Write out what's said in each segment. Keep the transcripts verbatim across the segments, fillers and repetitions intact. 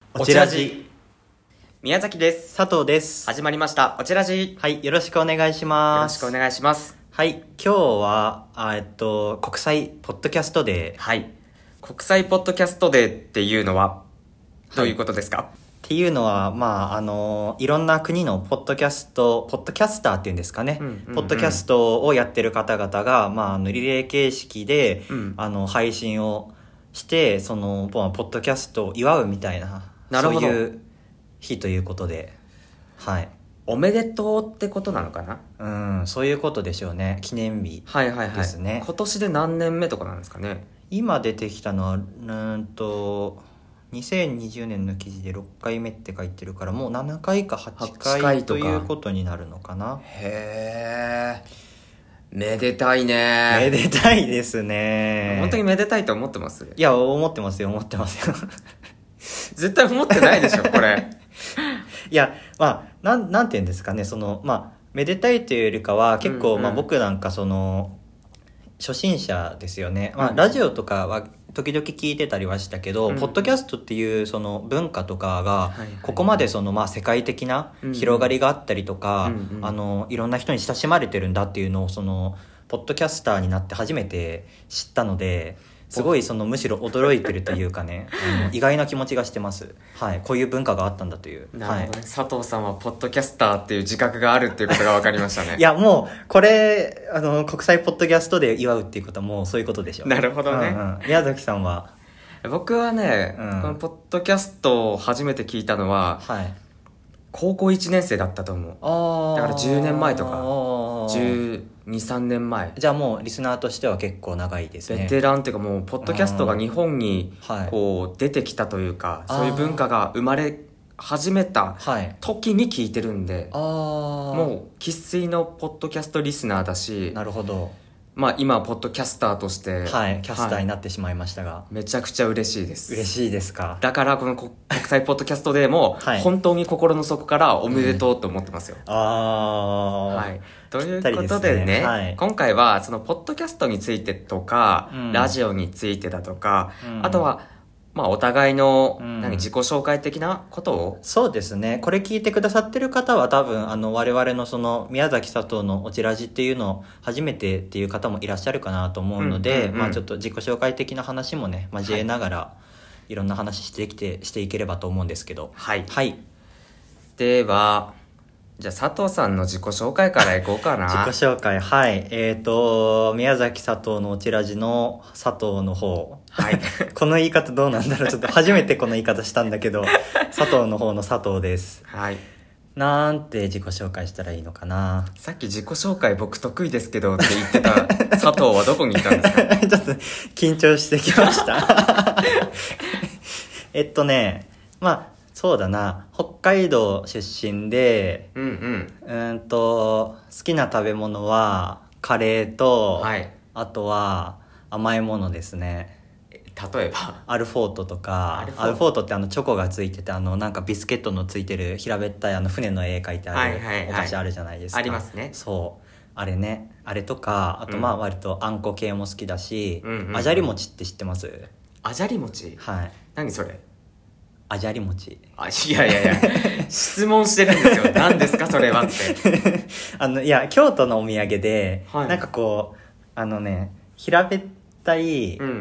おちらじ宮崎です。 佐藤です。 始まりましたおちらじ。 はい、よろしくお願いします。 よろしくお願いします。 はい、今日はあえっと国際ポッドキャストデー。 はい、国際ポッドキャストデーっていうのはどういうことですか？ はい、っていうのはまああのいろんな国のポッドキャストポッドキャスターっていうんですかね、うんうんうん、ポッドキャストをやってる方々がまああのリレー形式で、うん、あの配信をしてそのポッドキャストを祝うみたいな、 なるほど、 そういう日ということで、はい、 おめでとうってことなのかな。 うん、そういうことでしょうね。記念日ですね。はいはいはい。 今年で何年目とかなんですかね。 今出てきたのはうんとにせんにじゅうねんの記事でろっかいめって書いてるから、もうななかいかはちかいということになるのかな。 へー、めでたいね。 めでたいですね。 本当にめでたいと思ってます？ いや、思ってますよ思ってますよ絶対思ってないでしょこれいや、まあなん、なんて言うんですかね、そのまあめでたいというよりかは結構、うんうん、まあ、僕なんかその初心者ですよね、まあ、ラジオとかは時々聞いてたりはしたけど、うん、ポッドキャストっていうその文化とかがここまでそのまあ世界的な広がりがあったりとか、うんうん、あのいろんな人に親しまれてるんだっていうのをそのポッドキャスターになって初めて知ったので、すごいそのむしろ驚いてるというかねあの意外な気持ちがしてます、はい、こういう文化があったんだという。 なるほどね、はい、佐藤さんはポッドキャスターっていう自覚があるっていうことが分かりましたねいやもうこれあの国際ポッドキャストで祝うっていうことはもうそういうことでしょ。 なるほどね、うんうん、宮崎さんは？ 僕はね、うん、このポッドキャストを初めて聞いたのは、はい、高校いちねん生だったと思う。あだからじゅうねんまえとかじゅうに、さんねんまえ。 じゃあもうリスナーとしては結構長いですね。 ベテランっていうかもうポッドキャストが日本にこう出てきたというか、はい、そういう文化が生まれ始めた時に聞いてるんで、あもう生粋のポッドキャストリスナーだし。 なるほど。 まあ今ポッドキャスターとしてはいキャスターになってしまいましたが、はい、めちゃくちゃ嬉しいです。 嬉しいですか。 だからこの国際ポッドキャストデーも本当に心の底からおめでとうと思ってますよ、うん、ああはいということで ね, でね、はい、今回はそのポッドキャストについてとか、うん、ラジオについてだとか、うん、あとはまあお互いの、うん、何自己紹介的なことを。 そうですね、これ聞いてくださってる方は多分あの我々のその宮崎佐藤のおちらじっていうのを初めてっていう方もいらっしゃるかなと思うので、うんうんうん、まあちょっと自己紹介的な話もね交えながら、はい、いろんな話してきてしていければと思うんですけど、 はい、はい、ではじゃあ佐藤さんの自己紹介からいこうかな自己紹介、はいえーと宮崎佐藤のおちらじの佐藤の方、はいこの言い方どうなんだろう、ちょっと初めてこの言い方したんだけど佐藤の方の佐藤です。はい、なんて自己紹介したらいいのかな。 さっき自己紹介僕得意ですけどって言ってた佐藤はどこに行ったんですかちょっと緊張してきましたえっとねまあそうだな、北海道出身で、うんうん、うんと好きな食べ物はカレーと、はい、あとは甘いものですね。 例えばアルフォートとか。アルフォート、アルフォートってあのチョコがついててあのなんかビスケットのついてる平べったいあの船の絵描いてあるお菓子あるじゃないですか、 はいはいはい、ありますね。 そうあれね、あれとかあとまあ割とあんこ系も好きだし、うんうんうん、あじゃり餅って知ってます？ あじゃり餅、 はい、 何それ？ あじゃり餅。 あ、いやいやいや質問してるんですよ何ですかそれはってあのいや京都のお土産で、はい、なんかこうあのね平べったい、うんうんうん、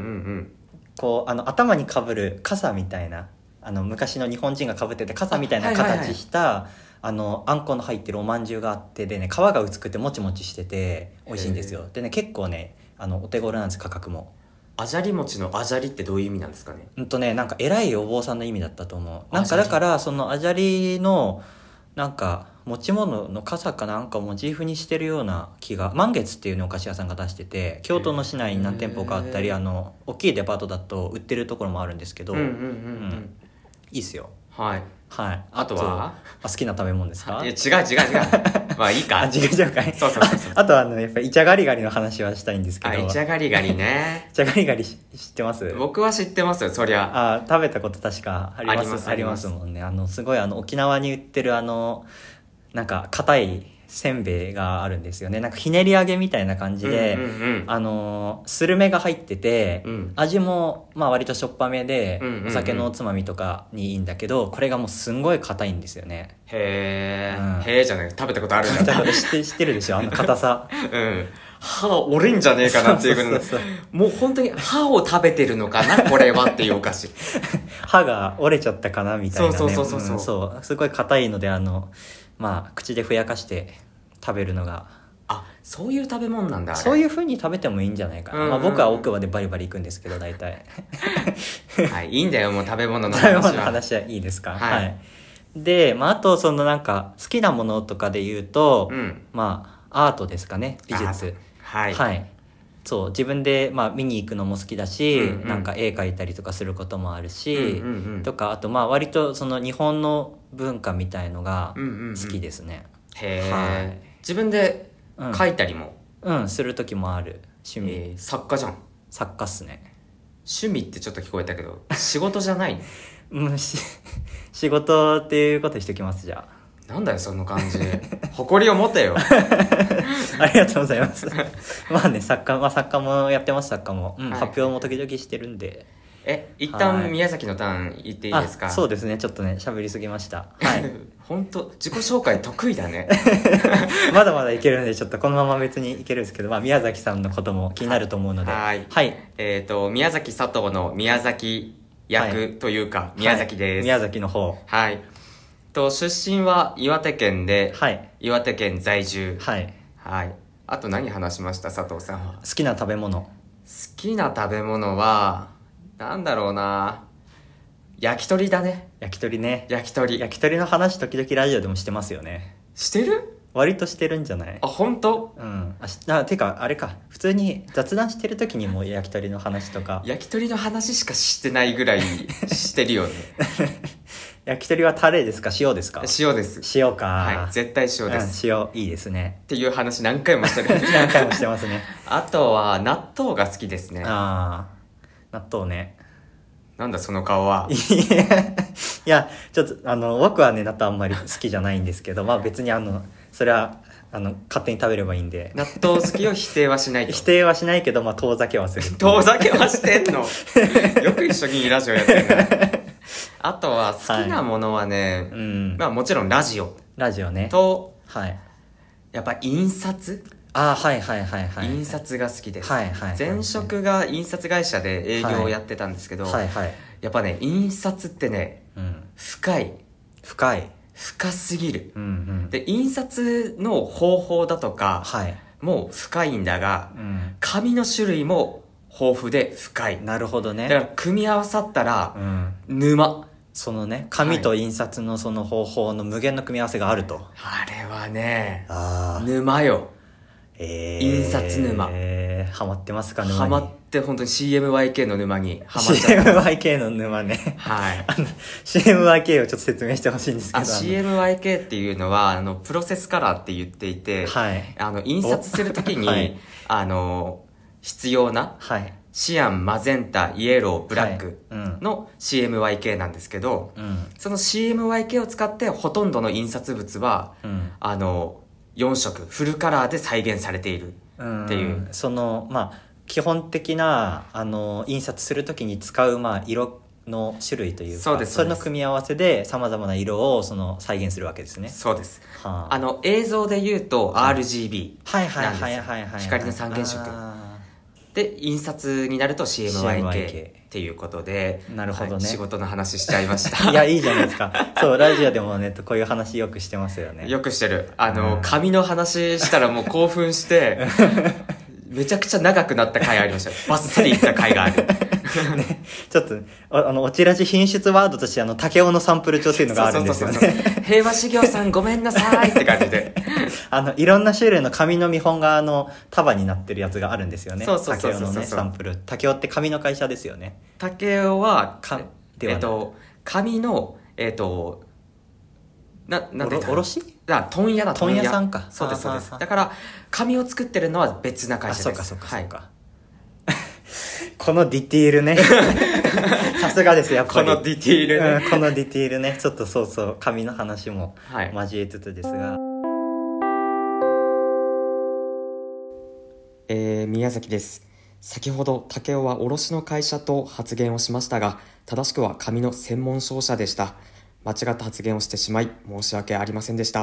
こうあの頭にかぶる傘みたいな、あの昔の日本人がかぶってて傘みたいな形した、はいはいはい、あのあんこの入ってるおまんじゅうがあって、でね皮が薄くてもちもちしてて美味しいんですよ。でね結構ねあのお手頃なんです、価格も。 あじゃり餅のあじゃりってどういう意味なんですかね？ うんとねなんか偉いお坊さんの意味だったと思う。なんかだからそのあじゃりのなんか持ち物の傘かなんかをモチーフにしてるような気が。満月っていうのお菓子屋さんが出してて、京都の市内に何店舗かあったり、あの大きいデパートだと売ってるところもあるんですけど、うんうんうんうん、うん、いいっすよ。 はいはい。 あとはあ好きな食べ物ですか？ いや違う違う違うまあいいか。 あ自己紹介。 そうそうそうそう。 あとはあのやっぱりイチャガリガリの話はしたいんですけど。あイチャガリガリね。 イチャガリガリ知ってます？ 僕は知ってますよそりゃ。 あ食べたこと確かあります。ありますありますもんね。あのすごいあの沖縄に売ってるあのなんか硬いせんべいがあるんですよね。なんかひねり揚げみたいな感じで、うんうんうん、あのスルメが入ってて、うん、味もまあ割としょっぱめで、うんうんうん、お酒のおつまみとかにいいんだけど、これがもうすんごい硬いんですよね。 へー、うん、へーじゃない、食べたことあるんだ。 知って知ってるでしょ、あの硬さ。 うん。歯折れんじゃねえかなっていうぐらい。もう本当に歯を食べてるのかなこれはっていうお菓子。 歯が折れちゃったかなみたいなね。 そうそうそうそう、うん、 そうすごい硬いので、あのまあ口でふやかして食べるのが、 あ、そういう食べ物なんだ。 そういう風に食べてもいいんじゃないかな、うんうんうん、まあ、僕は奥歯でバリバリいくんですけど大体。 はい、いいんだよもう食べ物の話は。 食べ物の話はいいですか。はい、はい、で、まあ、あとそのなんか好きなものとかで言うと、うん、まあアートですかね、美術。はい、はい、そう自分で、まあ、見に行くのも好きだし、うんうん、なんか絵描いたりとかすることもあるし、うんうんうん、とかあとまあ割とその日本の文化みたいのが好きですね、 うんうんうん、へえ、はい、自分で描いたりも、 うん、うん、する時もある。趣味、 えー、作家じゃん。 作家っすね。 趣味ってちょっと聞こえたけど仕事じゃないの？ うん、し仕事っていうことにしておきます。じゃあなんだよその感じ。誇りを持てよ。 ありがとうございます。まあね、作家、まあ、作家もやってます。作家も、うん、はい、発表も時々してるんで。 え、一旦宮崎のターン言っていいですか？ そうですね、ちょっとね喋りすぎました。はい。 本当自己紹介得意だね。 まだまだいけるんで、ちょっとこのまま別にいけるんですけど、まあ、宮崎さんのことも気になると思うので。 はい。はい。えっ、ー、と宮崎佐藤の宮崎役というか、はい、宮崎です、はい、 宮崎の方。 はい。と出身は岩手県で、はい、岩手県在住。はい。はい。あと何話しました佐藤さんは？ 好きな食べ物。好きな食べ物はなんだろうな、焼き鳥だね。 焼き鳥ね。 焼き鳥。 焼き鳥の話時々ラジオでもしてますよね。 してる？ 割としてるんじゃない？ あ、本当？ うん。あ、あ、てかあれか、普通に雑談してる時にも焼き鳥の話とか。 焼き鳥の話しかしてないぐらいしてるよね。 焼き鳥はタレですか塩ですか？ 塩です。 塩か。 はい、絶対塩です、 うん、塩いいですねっていう話何回もしてる。 何回もしてますね。 あとは納豆が好きですね。 ああ、納豆ね。 なんだその顔は。 いや、いやちょっとあの僕はね納豆あんまり好きじゃないんですけど、まあ別にあのそれはあの勝手に食べればいいんで。 納豆好きを否定はしないと。 否定はしないけど、まあ遠ざけはする。 遠ざけはしてんの？よく一緒にラジオやってんね。あとは好きなものはね、はい、うん、まあもちろんラジオ。 ラジオね。 と、 はい、 やっぱ印刷。 あ、はいはいはいはい。 印刷が好きです。 はいはいはいはい、 前職が印刷会社で営業をやってたんですけど、はいはいはい、やっぱね印刷ってね、うん、深い。 深い。 深すぎる、うんうん、で印刷の方法だとか、はい、もう深いんだが、うん、紙の種類も豊富で深い。 なるほどね。 だから組み合わさったら、うん、沼。 そのね、紙と印刷のその方法の無限の組み合わせがあると。はい、 あれはね、あ、沼よ。えー、印刷沼。 えー、ハマってますか？沼に。 ハマって本当に シーエムワイケー の沼にハマっちゃった。 シーエムワイケー の沼ね。はい。あの シーエムワイケー をちょっと説明してほしいんですけど。 あ、シーエムワイケー っていうのはあのプロセスカラーって言っていて、はい、あの印刷するときに、はい、あの必要な、はい、シアン、マゼンタ、イエロー、ブラックの シーエムワイケー なんですけど、うん、その シーエムワイケー を使ってほとんどの印刷物は、うん、あのよん色フルカラーで再現されているっていう、うん、 そのまあ基本的なあの印刷するときに使う、まあ、色の種類というか、そうです、それの組み合わせでさまざまな色をその再現するわけですね。 そうです、はあ、あの映像で言うと アールジービー なんです。光の三原色で、印刷になると シーエムワイケー っていうことで、 なるほどね、 はい、仕事の話しちゃいました。 いや、いいじゃないですか。そう、ラジオでもねこういう話よくしてますよね。 よくしてる。あの、うん、紙の話したらもう興奮してめちゃくちゃ長くなった回ありました。バッサリいった回がある。 ね、ちょっとあのおちらじ品質ワードとしてあの竹雄のサンプル帳っていうのがあるんですよね。そうそうそうそう、 平和修行さんごめんなさいって感じであのいろんな種類の紙の見本があの束になってるやつがあるんですよね。 そうそうそうそうそう、 竹雄のねサンプル。竹雄って紙の会社ですよね。 竹雄はかではえっと紙のえっとななんて言ったの？ 卸？ あ、問屋だ。 問屋さんか。 そうですそうです。だから紙を作ってるのは別な会社です。 そうかそうかそうか、はい、このディティールね。さすがですやっぱり。 このディティールね、 うん、このディティールね。ちょっとそうそう紙の話も交えつつですが、はい、 えー、宮崎です。先ほど竹雄は卸の会社と発言をしましたが、正しくは紙の専門商社でした。間違った発言をしてしまい申し訳ありませんでした。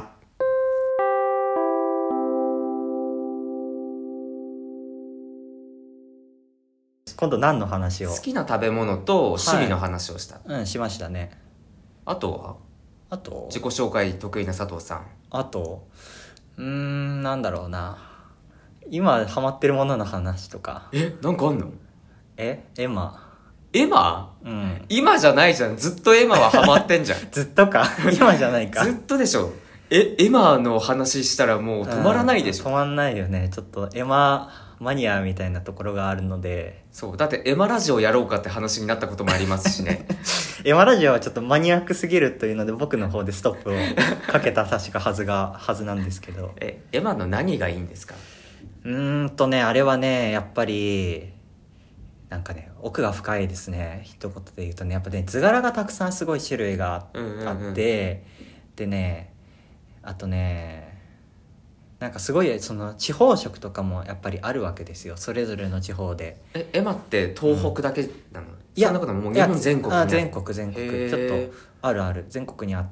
今度何の話を？ 好きな食べ物と趣味の話をした、 はい、うん、しましたね。 あとはあと自己紹介得意な佐藤さん。 あとうーんなんだろうな、今ハマってるものの話とか。 え、なんかあんの？ えエマエマ？ うん。 今じゃないじゃん。ずっとエマはハマってんじゃん。 ずっとか今じゃないか。 ずっとでしょ。え、エマの話したらもう止まらないでしょ。 うん、止まんないよね。ちょっとエママニアみたいなところがあるので。 そう。だってエマラジオやろうかって話になったこともありますしね。 エマラジオはちょっとマニアックすぎるというので僕の方でストップをかけた確かはずが、はずなんですけど。 え、エマの何がいいんですか？ うーんとね、あれはね、やっぱり、なんかね、奥が深いですね。一言で言うとね、やっぱね、図柄がたくさんすごい種類があって、うんうんうん、でね、あとね、なんかすごいその地方色とかもやっぱりあるわけですよ、それぞれの地方で。 え、エマって東北だけなの？うん、いや、そんなこともう日本全国にある？ 全国全国ちょっとあるある全国にあって、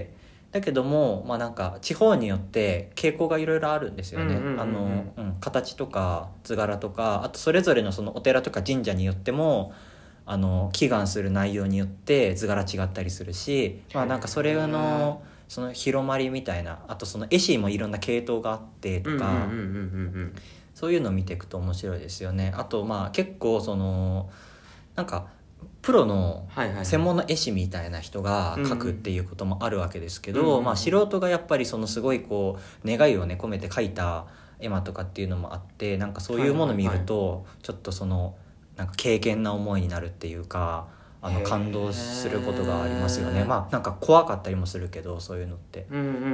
だけどもまあなんか地方によって傾向がいろいろあるんですよね。あの、うん、形とか図柄とか、あとそれぞれのそのお寺とか神社によってもあの祈願する内容によって図柄違ったりするし、まあなんかそれのその広まりみたいな、あとその絵師もいろんな系統があってとか、そういうのを見ていくと面白いですよね。あとまあ結構そのなんかプロの専門の絵師みたいな人が描くっていうこともあるわけですけど、まあ素人がやっぱりそのすごいこう願いをね込めて描いた絵馬とかっていうのもあって、なんかそういうものを見るとちょっとそのなんか敬虔な思いになるっていうか、あの感動することがありますよね。まあなんか怖かったりもするけど、そういうのって。うんうんうんうん。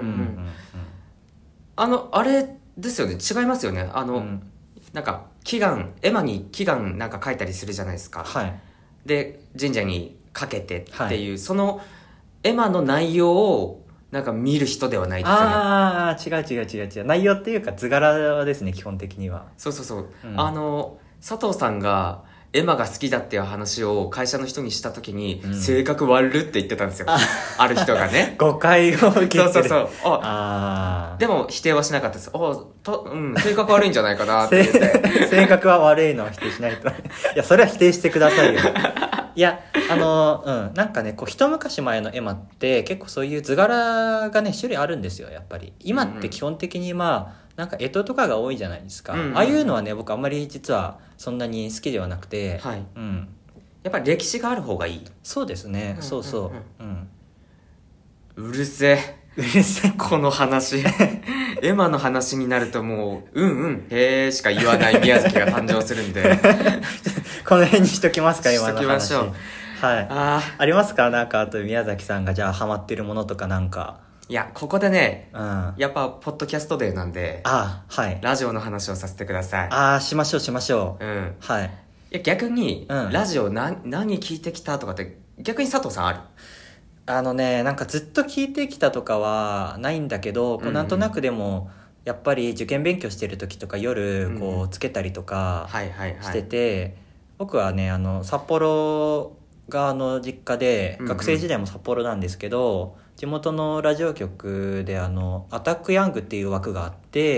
あのあれですよね、違いますよね。あの、うん、なんか祈願絵馬に祈願なんか書いたりするじゃないですか。 はい。 で神社にかけてっていう、はい、その絵馬の内容をなんか見る人ではないですよね。 ああ、違う違う違う違う、内容っていうか図柄ですね、基本的には。 そうそうそう、うん、あの佐藤さんが絵馬が好きだっていう話を会社の人にした時に、うん、性格悪って言ってたんですよ。 あ, ある人がね誤解を受けてる。 そうそうそう。ああ、でも否定はしなかったです。おと、うん、性格悪いんじゃないかなって言って性格は悪いのは否定しないといやそれは否定してくださいよいやあのうんなんかね、こう一昔前の絵馬って結構そういう図柄がね種類あるんですよ。やっぱり今って基本的にまあなんか干支とかが多いじゃないですか、うんうんうん、ああいうのはね僕あんまり実はそんなに好きではなくて、 はい、 うん、 やっぱり歴史がある方がいい。 そうですね、うんうんうん、そうそう、 うん、うるせえうるせえこの話エマの話になるともううんうんへーしか言わない宮崎が誕生するんでこの辺にしときますか。今の話しときましょう。 はい。あありますか？なんかあと宮崎さんがじゃあハマってるものとかなんか。 いやここでね、 うん、 やっぱポッドキャストデーなんで、 あ、はい、 ラジオの話をさせてください。 ああしましょうしましょう。うん、 はい。 いや逆に、 うん、 ラジオな何聞いてきたとかって逆に佐藤さんある？ あのね、なんかずっと聞いてきたとかはないんだけど、こうなんとなくでもやっぱり受験勉強してる時とか夜こうつけたりとかしてて、僕はねあの札幌があの実家で、学生時代も札幌なんですけど、地元のラジオ局であのアタックヤングっていう枠があって、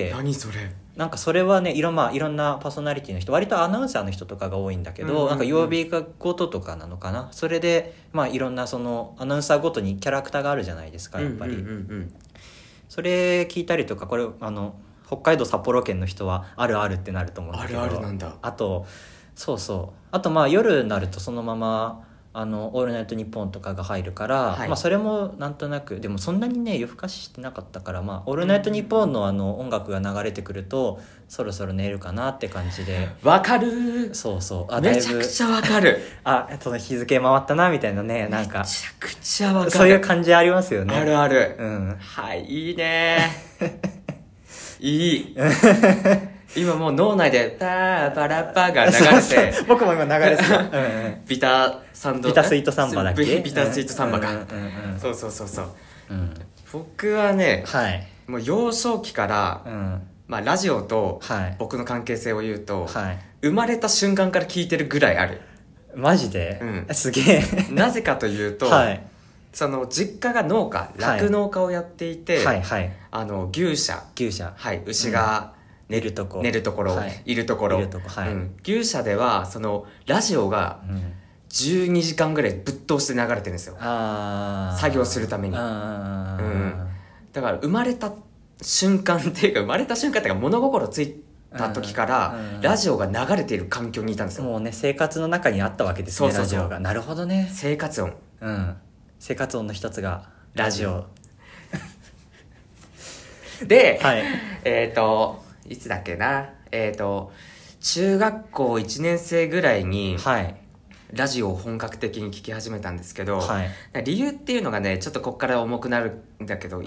何それ？ なんかそれはねいろ、まあ、いろんなパーソナリティの人、割とアナウンサーの人とかが多いんだけど、うんうんうん、なんか曜日ごととかなのかな、それで、まあ、いろんなそのアナウンサーごとにキャラクターがあるじゃないですか、やっぱり、うんうんうんうん、それ聞いたりとか、これあの北海道札幌県の人はあるあるってなると思うんだけど、 あるあるなんだ。 あとそうそう、あとまあ夜になるとそのままあのオールナイトニッポンとかが入るから、はい、まあ、それもなんとなく、でもそんなにね夜更かししてなかったから、まあ、オールナイトニッポン の, あの音楽が流れてくるとそろそろ寝るかなって感じで。 わかる。 そうそう、 あめちゃくちゃわかるあその日付回ったなみたいなね、なんかめちゃくちゃわかる、 そういう感じありますよね。 あるある、 うん、 はい、いいねいい今もう脳内でパーパラパーが流れてそうそう僕も今流れてた、うん、うん、 ビタサンドビタスイートサンバだっけ？ ビタスイートサンバか、うんうんうんうん、そうそうそうそう、うん、僕はね、 はい、 もう幼少期から、 うん、 まあラジオと僕の関係性を言うと、はい、生まれた瞬間から聞いてるぐらいある。 マジで、うん、すげえなぜかというと、はい、その実家が農家酪農家をやっていて、はいはいはい、あの牛舎牛舎、 はい、牛が、うん、寝るとこ寝るところ、はい、いるところ、いるとこ、はい、うん、牛舎ではそのラジオがじゅうにじかんぐらいぶっ通して流れてるんですよ、あ作業するために、あ、うん、だから生まれた瞬間っていうか生まれた瞬間っていうか物心ついた時からラジオが流れている環境にいたんですよ。 もうね生活の中にあったわけですね。そうそうそう、ラジオが。なるほどね。 生活音、 うん、生活音の一つがラジオで、はい、えっ、ー、といつだっけな、えっ、ー、と中学校いちねん生ぐらいに、はい、ラジオを本格的に聞き始めたんですけど、はい、理由っていうのがねちょっとこっから重くなるんだけどいい、うん、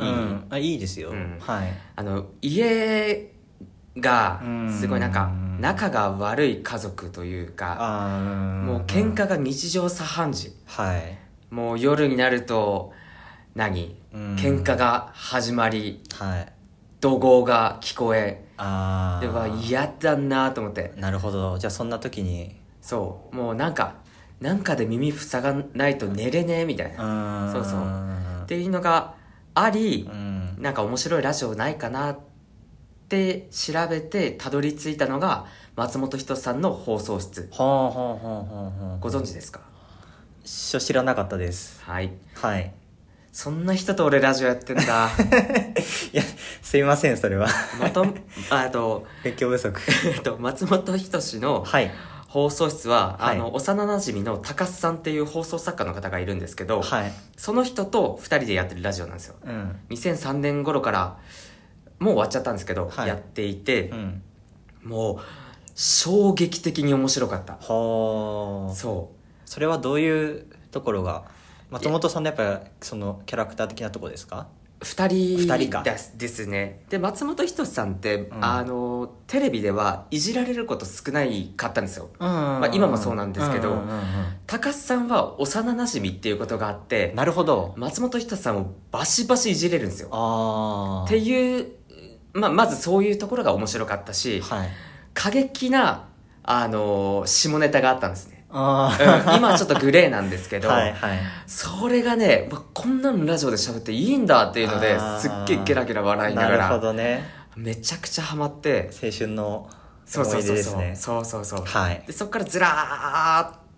あいいですよ、うん、はい、 あの家がすごいなんか仲が悪い家族というか、もう喧嘩が日常茶飯事、はい、もう夜になると何喧嘩が始まり、はい、怒号が聞こえ、あでは嫌だなと思って。 なるほど。じゃあそんな時にそうもうなんかなんかで耳塞がないと寝れねえみたいな、そうそうっていうのがあり、なんか面白いラジオないかなって調べてたどり着いたのが松本人志さんの放送室。はあはあはあはあ、ご存知ですか？ 知らなかったです。 はいはい。 そんな人と俺ラジオやってんだいやすいませんそれはまたあと勉強不足松本人志の放送室は、はい、あの幼なじみの高須さんっていう放送作家の方がいるんですけど、はい、その人とふたりでやってるラジオなんですよ、うん、にせんさんねん頃からもう終わっちゃったんですけど、はい、やっていて、うん、もう衝撃的に面白かった。はそうそれはどういうところが松本さんのやっぱそのキャラクター的なところですか？ ふたりですですね。で松本人志さんって、うん、あのテレビではいじられること少ないかったんですよ、うんうんうん、まあ、今もそうなんですけど、うんうんうん、高須さんは幼なじみっていうことがあって、 なるほど、 松本人志さんをバシバシいじれるんですよ。あっていう、まあ、まずそういうところが面白かったし、はい、過激なあの下ネタがあったんですね。あ、うん、今はちょっとグレーなんですけどはい、はい、それがねこんなのラジオで喋っていいんだっていうのですっげえゲラゲラ笑いながら、 なるほどね、 めちゃくちゃハマって、 青春の思い出ですね。 そうそうそうそう、はい、でそっからずらーっ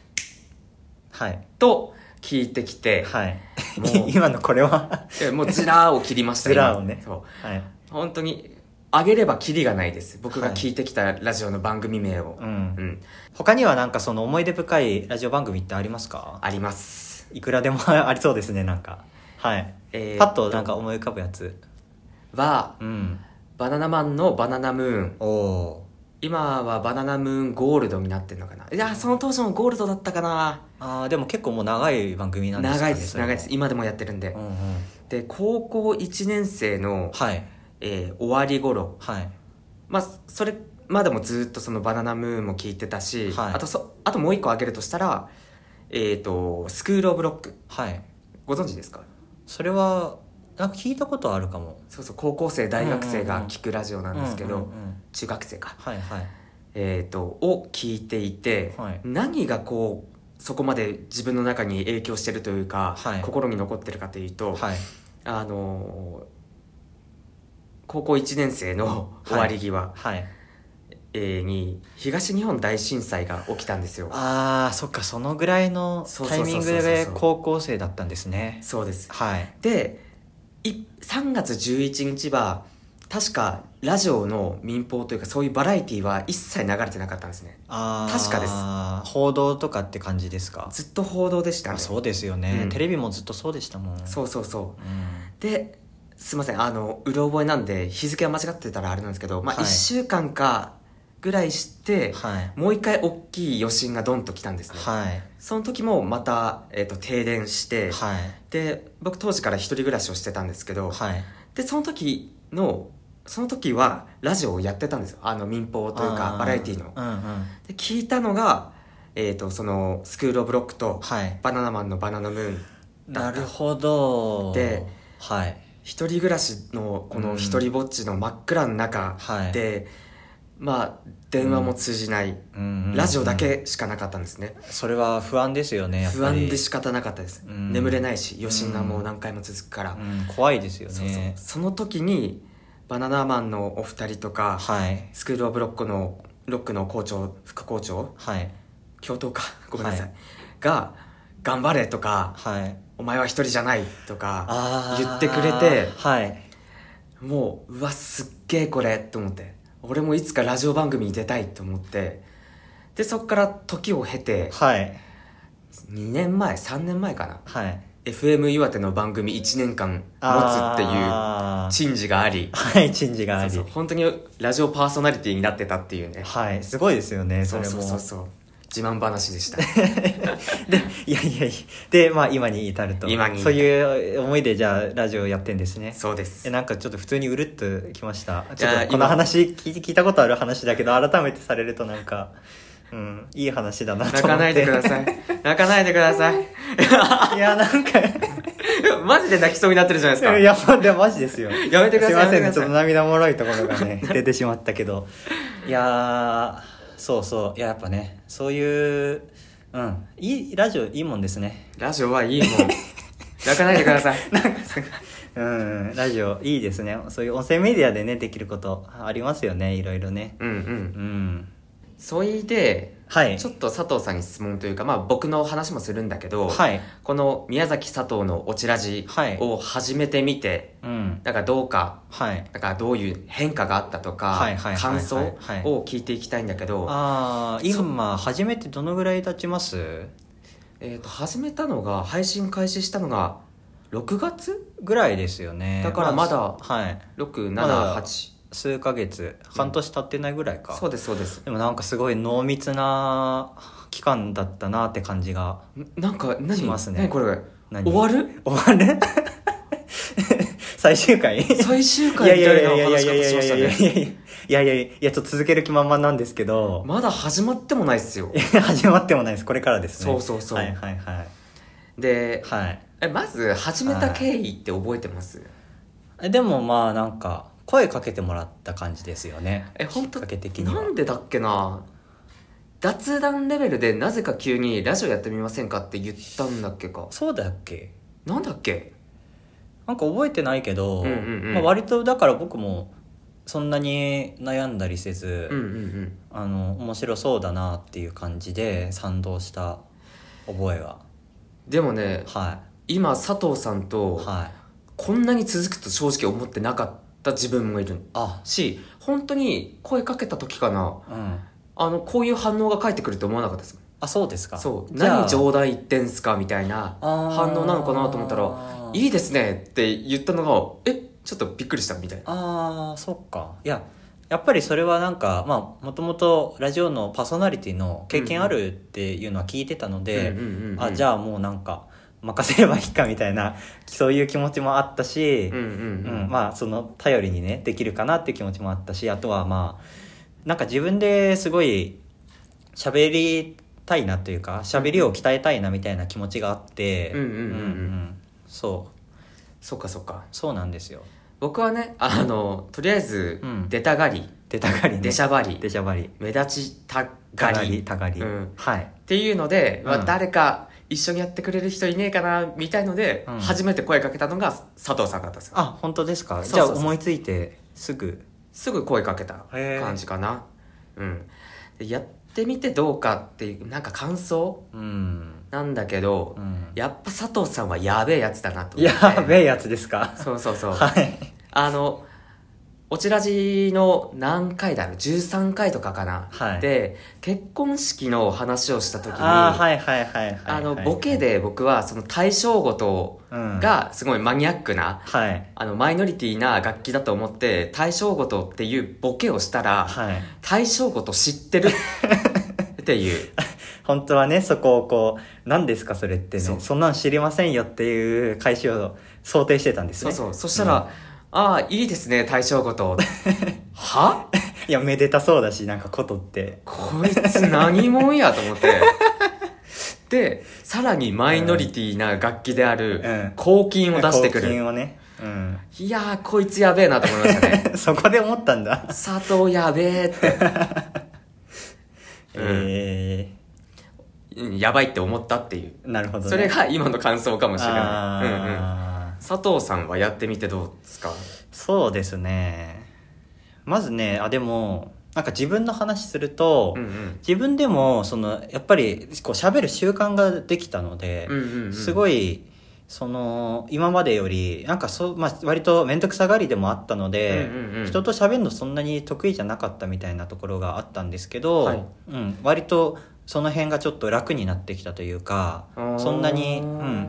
と聞いてきて、はい、 もう今のこれはもうずらーを切りました。 ずらーをね、 そう、はい、本当にあげればキリがないです。僕が聞いてきたラジオの番組名を、はい、うんうん、 他にはなんかその思い出深いラジオ番組ってありますか？ あります。 いくらでもありそうですね。なんかはい、えー、パッとなんか思い浮かぶやつは、うん、バナナマンのバナナムーン。お今はバナナムーンゴールドになってんのかな。いやその当時もゴールドだったかな。 あでも結構もう長い番組なんですかね。 長いです長いです。今でもやってるんで、うんうん、で高校いちねん生の、はいえー、終わり頃、はい、まあそれまでもずっとそのバナナムーンも聞いてたし、はい、あとそあともう一個挙げるとしたら、えっとスクールオブロック、はい、ご存知ですか？ それはなんか聞いたことあるかも。 そうそう、高校生大学生が聞くラジオなんですけど、うんうんうん、中学生か、はいはい、えっとを聞いていて、はい、何がこうそこまで自分の中に影響してるというか、はい、心に残ってるかというと、はい、あの高校いちねん生の終わり際、はいはいえー、に東日本大震災が起きたんですよ。 あーそっか、そのぐらいのタイミングで高校生だったんですね。 そうです、はい、でさんがつじゅういちにちは確かラジオの民放というかそういうバラエティは一切流れてなかったんですね。あ確かです。 報道とかって感じですか？ ずっと報道でしたね。 そうですよね、うん、テレビもずっとそうでしたもん。 そうそうそう、うん、ですいません、あのうろ覚えなんで日付は間違ってたらあれなんですけど、まあ、いっしゅうかんかぐらいして、はい、もう一回大きい余震がドンと来たんですね、はい、その時もまた、えーと、停電して、はい、で僕当時から一人暮らしをしてたんですけど、はい、でその時のその時はラジオをやってたんですよ、あの民放というかバラエティの、うんうん、で聞いたのが、えーと、そのスクールオブロックと、はい、バナナマンのバナナムーンだった。 なるほど。 で、はい、 一人暮らしのこの一人ぼっちの真っ暗の中で、うん、まあ電話も通じない、うん、ラジオだけしかなかったんですね。 それは不安ですよね、やっぱり。 不安で仕方なかったです、うん、眠れないし余震がもう何回も続くから、 うん、怖いですよね。 そうそう、その時にバナナマンのお二人とか、はい、スクールオブロックのロックの校長副校長、はい、教頭かごめんなさい、はい、が頑張れとか、はい、お前は一人じゃないとか言ってくれて、はい、もううわすっげえこれと思って、俺もいつかラジオ番組に出たいと思って、でそっから時を経て、はい、にねんまえさんねんまえかな、はい、エフエム 岩手の番組いちねんかん持つっていう珍事があり、 はい、珍事があり、 そうそう、本当にラジオパーソナリティになってたっていうね。 はい、すごいですよね、それも。 そうそうそう、自慢話でした。 で、いやいやいや、で、まあ今に至ると。今に。そういう思いでじゃあラジオやってんですね。 そうです。 え、なんかちょっと普通にうるっときました。ちょっとこの話聞い、聞いたことある話だけど、改めてされるとなんか、うん、いい話だなと思って。 泣かないでください。泣かないでください。 いや、なんかマジで泣きそうになってるじゃないですか。 いや、でもマジですよ。 やめてください。 すいませんね、ちょっと涙もろいところがね、出てしまったけど。いやー、そうそう、いや、やっぱね、そういう、うん、いい、ラジオいいもんですね。 ラジオはいいもん。泣かないでください。なんかうん、ラジオいいですね。そういう音声メディアでね、できることありますよね、いろいろね。 うんうん。うん。それで、はい、ちょっと佐藤さんに質問というか、まあ僕の話もするんだけど、はい、この宮崎佐藤のオチラジを始めてみて、はい、だからどうか、はい、だからどういう変化があったとか、はいはいはいはい、感想を聞いていきたいんだけど、 あ、今始めてどのぐらい経ちます？ えっと、始めたのが、配信開始したのがろくがつぐらいですよね。 だからまだ、はい、ろく、なな、はち、 数ヶ月、半年経ってないぐらいか、 うん、そうですそうです。 でもなんかすごい濃密な期間だったなって感じがなんか何しますね。 何これ終わる終わる最終回最終回みたいな話し方しましたね。 いやいやいやいや、ちょっと続ける気満々なんですけど、 まだ始まってもないっすよ。 始まってもないです。これからですね。 そうそうそう。 はいはいはい。 で、はい、えまず始めた経緯って覚えてます？ はい、でもまあなんか声かけてもらった感じですよね。 え、本当なんでだっけな、雑談レベルでなぜか急にラジオやってみませんかって言ったんだっけか。 そうだっけ、 なんだっけ、 なんか覚えてないけど、うんうんうん、まあ、割とだから僕もそんなに悩んだりせず、うんうんうん、あの面白そうだなっていう感じで賛同した覚えが。 でもね、はい、今佐藤さんと、はい、こんなに続くと正直思ってなかった自分もいるし、本当に声かけた時かな、うん、あのこういう反応が返ってくると思わなかったです。 あ、そうですか。 そう、何冗談言ってんすかみたいな反応なのかなと思ったら、いいですねって言ったのが、え、ちょっとびっくりしたみたいな。 ああ、そっか。いや、やっぱりそれはなんか、まあもともとラジオのパーソナリティの経験あるっていうのは聞いてたので、あ、じゃあもうなんか任せればいいかみたいな、そういう気持ちもあったし、うんうんうんうん、まあその頼りにねできるかなっていう気持ちもあったし、あとはまあなんか自分ですごい喋りたいなというか、喋りを鍛えたいなみたいな気持ちがあって、うんうんうんうん、そう、 そっかそっか、 そうなんですよ。 僕はね、あのとりあえず出たがり、うん、 出たがり、ね、 出しゃばり、 出しゃばり、 目立ちたがり、 たがり、うん、はい。 っていうので、まあ、誰か一緒にやってくれる人いねえかなみたいので、うん、初めて声かけたのが佐藤さんだったんですよ。 あ、本当ですか。じゃあ思いついてすぐすぐ声かけた感じかな。うん。でやってみてどうかっていうなんか感想、うん、なんだけど、うん、やっぱ佐藤さんはやべえやつだなと思って。 やべえやつですか。 そうそうそう。 はい。 あのオチラジの何回だろう、じゅうさんかいとかかな、はい、で結婚式の話をした時に、 あ、はいはいはいはい、 あのボケで僕はその対象ごとがすごいマニアックな、うん、はい、あのマイノリティな楽器だと思って対象ごとっていうボケをしたら、はい、対象ごと知ってるっていう本当はね、そこをこう何ですかそれってね、 そ, そんなん知りませんよっていう返しを想定してたんですね。 そうそう、そしたら、うん、ああ、いいですね、対象ごと。はいや、めでたそうだし、なんかことって。 こいつ何者やと思って。で、さらにマイノリティな楽器である、抗菌を出してくる。 抗菌をね。 うん、 いやーこいつやべえなと思いましたねそこで思ったんだ。 佐藤やべえってえーうん、やばいって思ったっていう。 なるほど、ね、 それが今の感想かもしれない、うんうん、佐藤さんはやってみてどうですか？ そうですね、まずね、あでもなんか自分の話すると、うんうん、自分でもそのやっぱりこう喋る習慣ができたので、うんうんうん、すごいその今までよりなんかそ、まあ、割と面倒くさがりでもあったので、うんうんうん、人と喋るのそんなに得意じゃなかったみたいなところがあったんですけど、はいうん、割とその辺がちょっと楽になってきたというか、そんなに、うん、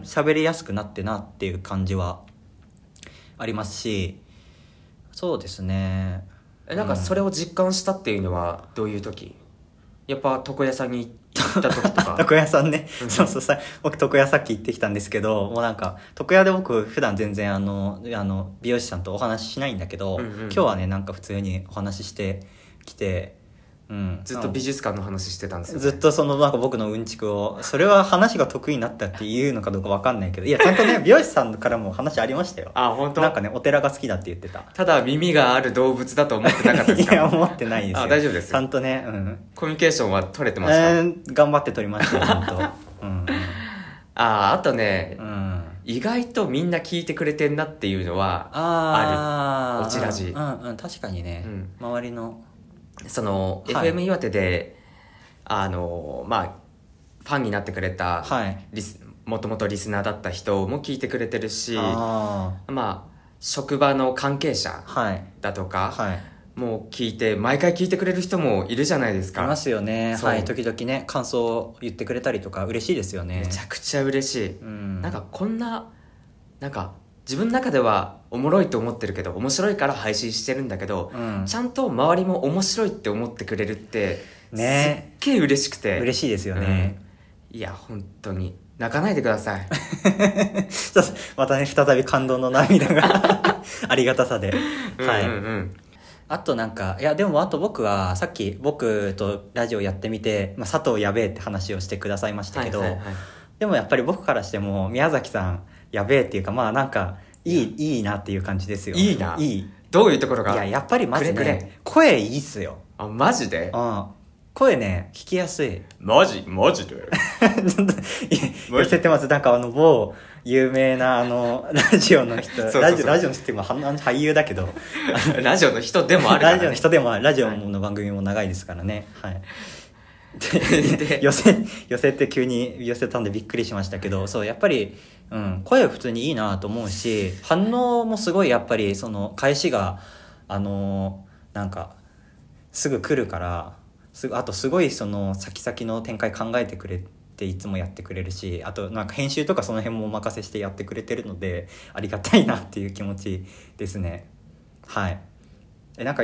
喋りやすくなってなっていう感じはありますし、そうですね。 えなんかそれを実感したっていうのはどういう時？やっぱ床屋さんに行った時とか床屋さんね、うん、そうそうさ僕床屋さっき行ってきたんですけど、もうなんか床屋で僕普段全然あのあの美容師さんとお話ししないんだけど、うんうん、今日はねなんか普通にお話ししてきて、うん、 ずっと美術館の話してたんですよ、ね、 ずっとそのなんか僕のうんちくを、それは話が得意になったっていうのかどうか分かんないけど、いやちゃんとね美容師さんからも話ありましたよ。 あ本当？ なんかねお寺が好きだって言ってた。 ただ耳がある動物だと思ってなかったですか？ いや思ってないですよ。 あ大丈夫ですちゃんとね、うん、 コミュニケーションは取れてました、 えー、頑張って取りましたよ本当、うん、 ああとね、うん、意外とみんな聞いてくれてんなっていうのはある。オチラジ、 うんうん、確かにね、うん、周りのその、はい、エフエム 岩手であのまあファンになってくれた、はい、リスもともとリスナーだった人も聞いてくれてるし、あまあ職場の関係者だとか、はいはい、もう聞いて毎回聞いてくれる人もいるじゃないですか。 いますよね。はい時々ね感想を言ってくれたりとか嬉しいですよね。 めちゃくちゃ嬉しい、うん、なんかこんななんか自分の中ではおもろいと思ってるけど面白いから配信してるんだけど、うん、ちゃんと周りも面白いって思ってくれるってねすっげえ嬉しくて嬉しいですよね、 うん、いや本当に泣かないでくださいまたね再び感動の涙がありがたさで、はい、うんうんうん、あとなんかいやでもあと僕はさっき僕とラジオやってみて、まあ、佐藤やべえって話をしてくださいましたけど、はいはいはい、でもやっぱり僕からしても宮崎さんやべえっていうかまあなんかいいいいなっていう感じですよ。 いいないいどういうところが？ いややっぱりまずねくれくれ声いいっすよ。 あマジで？ うん声ね聞きやすい。 マジマジでちょっと寄せてます。なんかあの某有名なあのラジオの人そうそうそうラジオラジオの人っても俳優だけどラジオの人でもあるから、ね、 ラジオの人でもラジオの番組も長いですからね。はいで寄せ寄せて急に寄せたんでびっくりしましたけど、そうやっぱり、うん、声は普通にいいなと思うし反応もすごいやっぱりその返しがあのなんかすぐ来るからすあとすごいその先々の展開考えてくれていつもやってくれるし、あとなんか編集とかその辺もお任せしてやってくれてるのでありがたいなっていう気持ちですね。はいえなんか、うん、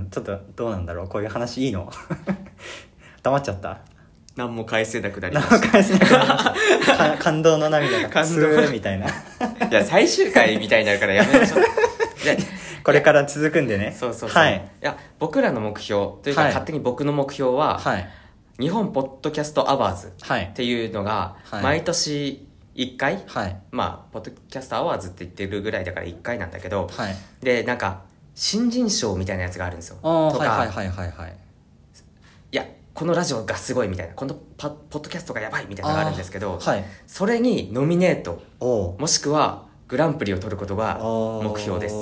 ちょっとどうなんだろうこういう話いいの黙っちゃった。 何も返せなくなりました。何も返せなくなりました感動の涙が感動みたいないや最終回みたいになるからやめましょうこれから続くんでね。 そうそうそう、はい、いや僕らの目標というか、はい、勝手に僕の目標は、はい、日本ポッドキャストアワーズっていうのが毎年いっかい、はい、まあポッドキャストアワーズって言ってるぐらいだからいっかいなんだけど、はい、でなんか新人賞みたいなやつがあるんですよ。とか、はいはいはいはい、いやこのラジオがすごいみたいなこのパポッドキャストがやばいみたいなのがあるんですけど、はい、それにノミネートもしくはグランプリを取ることが目標です。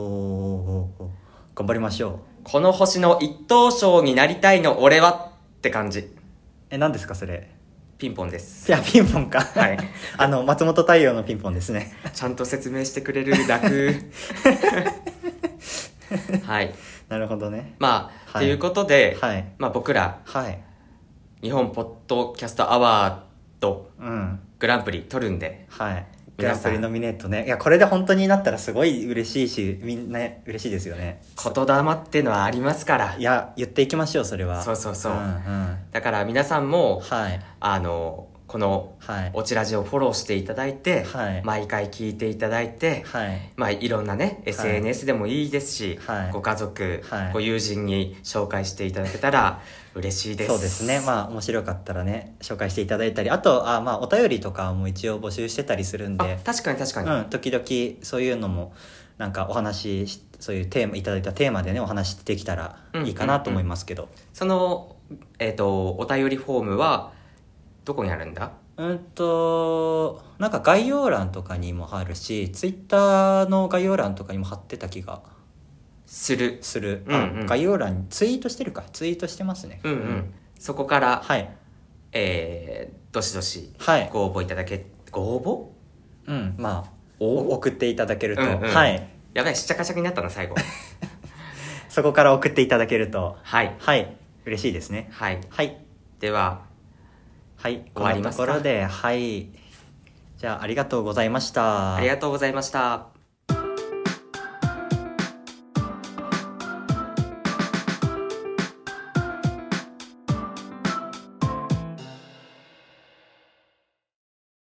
頑張りましょう。 この星の一等賞になりたいの俺はって感じ。 え何ですかそれ？ ピンポンです。 いやピンポンかはいあの松本太陽のピンポンですね。 ちゃんと説明してくれる楽はいなるほどね。 まあ、はい、ということで、はい、まあ僕ら、はい、日本ポッドキャストアワード、うん、グランプリ取るんで、 はい、グランプリノミネートね。いやこれで本当になったらすごい嬉しいしみんな嬉しいですよね。 言霊ってのはありますから。 いや言っていきましょうそれは。 そうそうそう、うんうん、だから皆さんも、はい、あのこのオチラジをフォローしていただいて、 はい、 毎回聞いていただいて、はい、まあいろんなね エスエヌエス でもいいですし、はい、ご家族、はい、ご友人に紹介していただけたら嬉しいです。 そうですね。まあ面白かったらね紹介していただいたり、あとあまあお便りとかも一応募集してたりするんで、 確かに確かに、 うん、時々そういうのもなんかお話しそういうテーマいただいたテーマでねお話できたらいいかなと思いますけど、うんうんうん、 そのえっ、ー、とお便りフォームはどこにあるんだ？ うんとなんか概要欄とかにも貼るし、ツイッターの概要欄とかにも貼ってた気がするする、うんうん、概要欄にツイートしてるかツイートしてますね。 うんうん、うん、そこから、はい、えー、どしどしご応募いただけ、はい、ご応募？うんまあ送っていただけると、うんうん、 はいやばいしっちゃかしゃかになったな最後そこから送っていただけるとはいはい嬉しいですね。 はい、 はい、 でははい終わりますか。このところではいじゃあありがとうございました。 ありがとうございました。